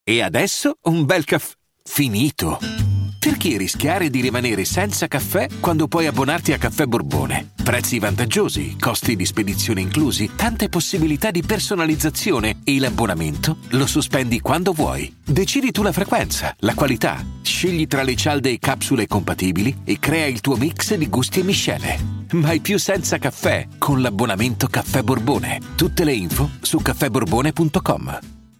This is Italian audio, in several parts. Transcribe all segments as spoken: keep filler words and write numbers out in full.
E adesso un bel caffè finito. Perché rischiare di rimanere senza caffè quando puoi abbonarti a Caffè Borbone? Prezzi vantaggiosi, costi di spedizione inclusi, tante possibilità di personalizzazione e l'abbonamento lo sospendi quando vuoi. Decidi tu la frequenza, la qualità, scegli tra le cialde e capsule compatibili e crea il tuo mix di gusti e miscele. Mai più senza caffè con l'abbonamento Caffè Borbone. Tutte le info su caffè borbone punto com.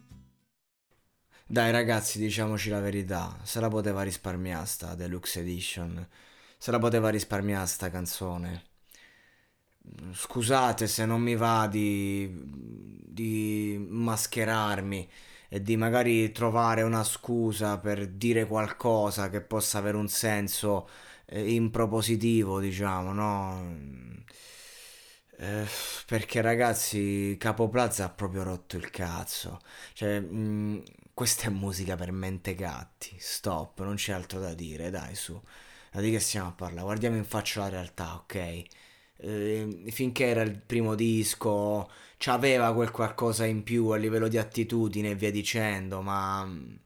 Dai ragazzi, diciamoci la verità, se la poteva risparmiare sta Deluxe Edition, se la poteva risparmiare sta canzone. Scusate se non mi va di, di mascherarmi e di magari trovare una scusa per dire qualcosa che possa avere un senso eh, in propositivo, diciamo, no? Eh, perché ragazzi, Capo Plaza ha proprio rotto il cazzo. Cioè, mh, questa è musica per mentecatti. Stop, non c'è altro da dire, dai, su. Ma di che stiamo a parlare? Guardiamo in faccia la realtà, ok? Eh, finché era il primo disco, c'aveva quel qualcosa in più a livello di attitudine e via dicendo, ma mh,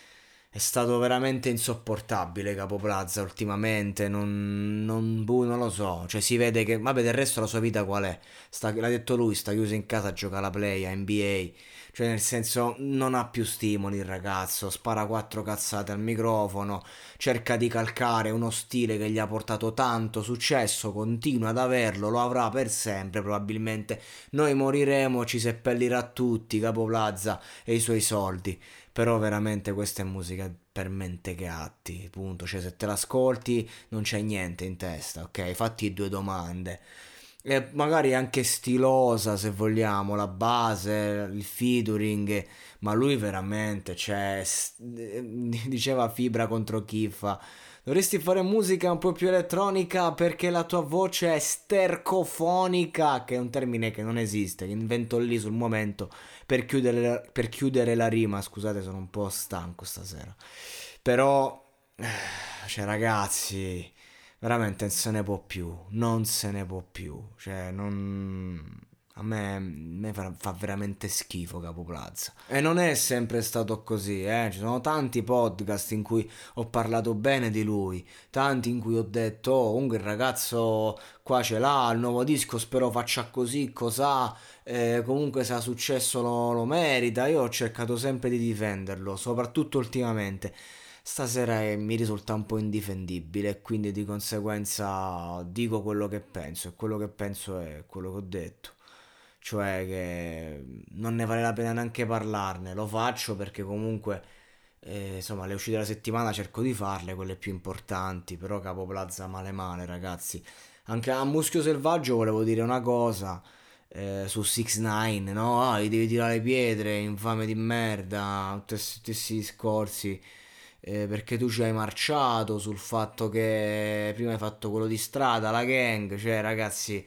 è stato veramente insopportabile Capo Plaza ultimamente, non, non, boh, non lo so, cioè si vede che, vabbè, del resto la sua vita qual è? Sta, l'ha detto lui, sta chiuso in casa a giocare alla play, a N B A, cioè nel senso non ha più stimoli il ragazzo, spara quattro cazzate al microfono, cerca di calcare uno stile che gli ha portato tanto successo, continua ad averlo, lo avrà per sempre probabilmente. Noi moriremo, ci seppellirà tutti, Capo Plaza e i suoi soldi. Però veramente questa è musica per mentecatti, punto. Cioè se te l'ascolti non c'è niente in testa, ok? Fatti due domande. E magari anche stilosa se vogliamo, la base, il featuring, ma lui veramente, cioè, s- diceva Fibra contro Kiffa. Dovresti fare musica un po' più elettronica perché la tua voce è stercofonica, che è un termine che non esiste, che invento lì sul momento per chiudere, per chiudere la rima. Scusate, sono un po' stanco stasera. Però, eh, cioè ragazzi, veramente non se ne può più, non se ne può più. Cioè, non... A me, a me fa, fa veramente schifo Capo Plaza. E non è sempre stato così, eh. Ci sono tanti podcast in cui ho parlato bene di lui, tanti in cui ho detto, oh, comunque il ragazzo qua ce l'ha, il nuovo disco spero faccia così, cos'ha, eh, comunque se ha successo lo, lo merita. Io ho cercato sempre di difenderlo, soprattutto ultimamente. Stasera eh, mi risulta un po' indifendibile e quindi di conseguenza dico quello che penso e quello che penso è quello che ho detto. Cioè che non ne vale la pena neanche parlarne, lo faccio perché comunque eh, insomma le uscite della settimana cerco di farle, quelle più importanti, però Capo Plaza male male ragazzi. Anche a Muschio Selvaggio volevo dire una cosa eh, su sei nove, no? Ah, gli devi tirare le pietre, infame di merda, tutti questi questi discorsi. Eh, perché tu ci hai marciato sul fatto che prima hai fatto quello di strada, la gang, cioè ragazzi,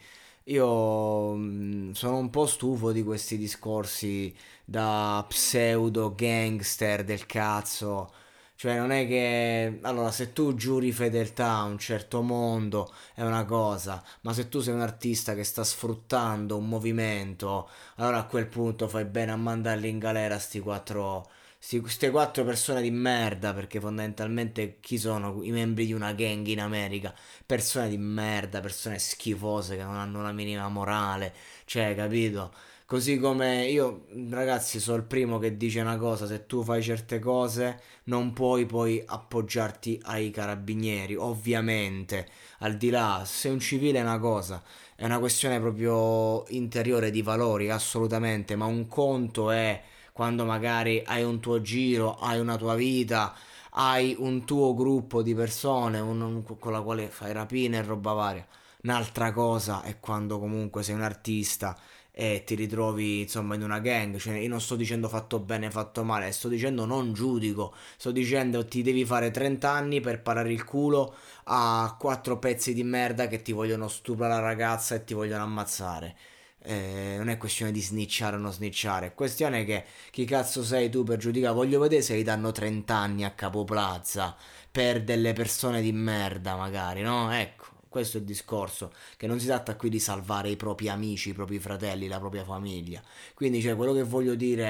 io mh, sono un po' stufo di questi discorsi da pseudo gangster del cazzo. Cioè, non è che... Allora, se tu giuri fedeltà a un certo mondo è una cosa, ma se tu sei un artista che sta sfruttando un movimento, allora a quel punto fai bene a mandarli in galera sti quattro... sti- queste quattro persone di merda, perché fondamentalmente chi sono i membri di una gang in America? Persone di merda, persone schifose che non hanno la minima morale, cioè, capito? Così come io, ragazzi, sono il primo che dice una cosa: se tu fai certe cose non puoi poi appoggiarti ai carabinieri, ovviamente. Al di là, se sei un civile è una cosa, è una questione proprio interiore di valori, assolutamente, ma un conto è quando magari hai un tuo giro, hai una tua vita, hai un tuo gruppo di persone un- un- con la quale fai rapine e roba varia. Un'altra cosa è quando comunque sei un artista e ti ritrovi insomma in una gang. Cioè, io non sto dicendo fatto bene, fatto male, sto dicendo non giudico, sto dicendo ti devi fare trenta anni per parare il culo a quattro pezzi di merda che ti vogliono stuprare la ragazza e ti vogliono ammazzare. Eh, non è questione di snitchare o non snitchare, è questione che chi cazzo sei tu per giudicare? Voglio vedere se gli danno trenta anni a Capo Plaza per delle persone di merda, magari, no? Ecco, questo è il discorso. Che non si tratta qui di salvare i propri amici, i propri fratelli, la propria famiglia. Quindi, cioè, quello che voglio dire è: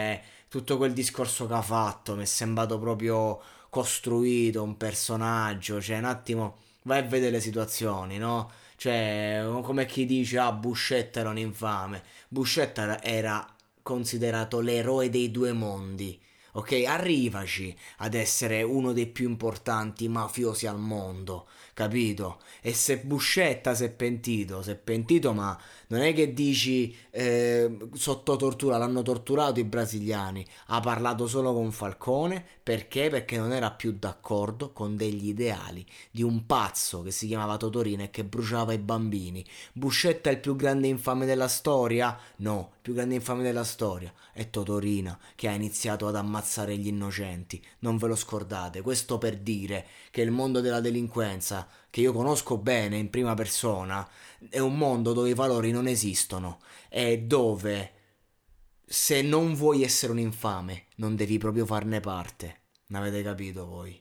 tutto quel discorso che ha fatto mi è sembrato proprio costruito, un personaggio, cioè un attimo vai a vedere le situazioni, no? Cioè, come chi dice, ah, Buscetta era un infame. Buscetta era era considerato l'eroe dei due mondi. Ok, arrivaci ad essere uno dei più importanti mafiosi al mondo, capito? E se Buscetta si è pentito, si è pentito, ma non è che dici eh, sotto tortura, l'hanno torturato i brasiliani, ha parlato solo con Falcone, perché? Perché non era più d'accordo con degli ideali di un pazzo che si chiamava Totorino e che bruciava i bambini. Buscetta è il più grande infame della storia? No, il più grande infame della storia è Totorina che ha iniziato ad ammazzare gli innocenti. Non ve lo scordate, questo per dire che il mondo della delinquenza, che io conosco bene in prima persona, è un mondo dove i valori non esistono e dove se non vuoi essere un infame non devi proprio farne parte. N'avete capito voi?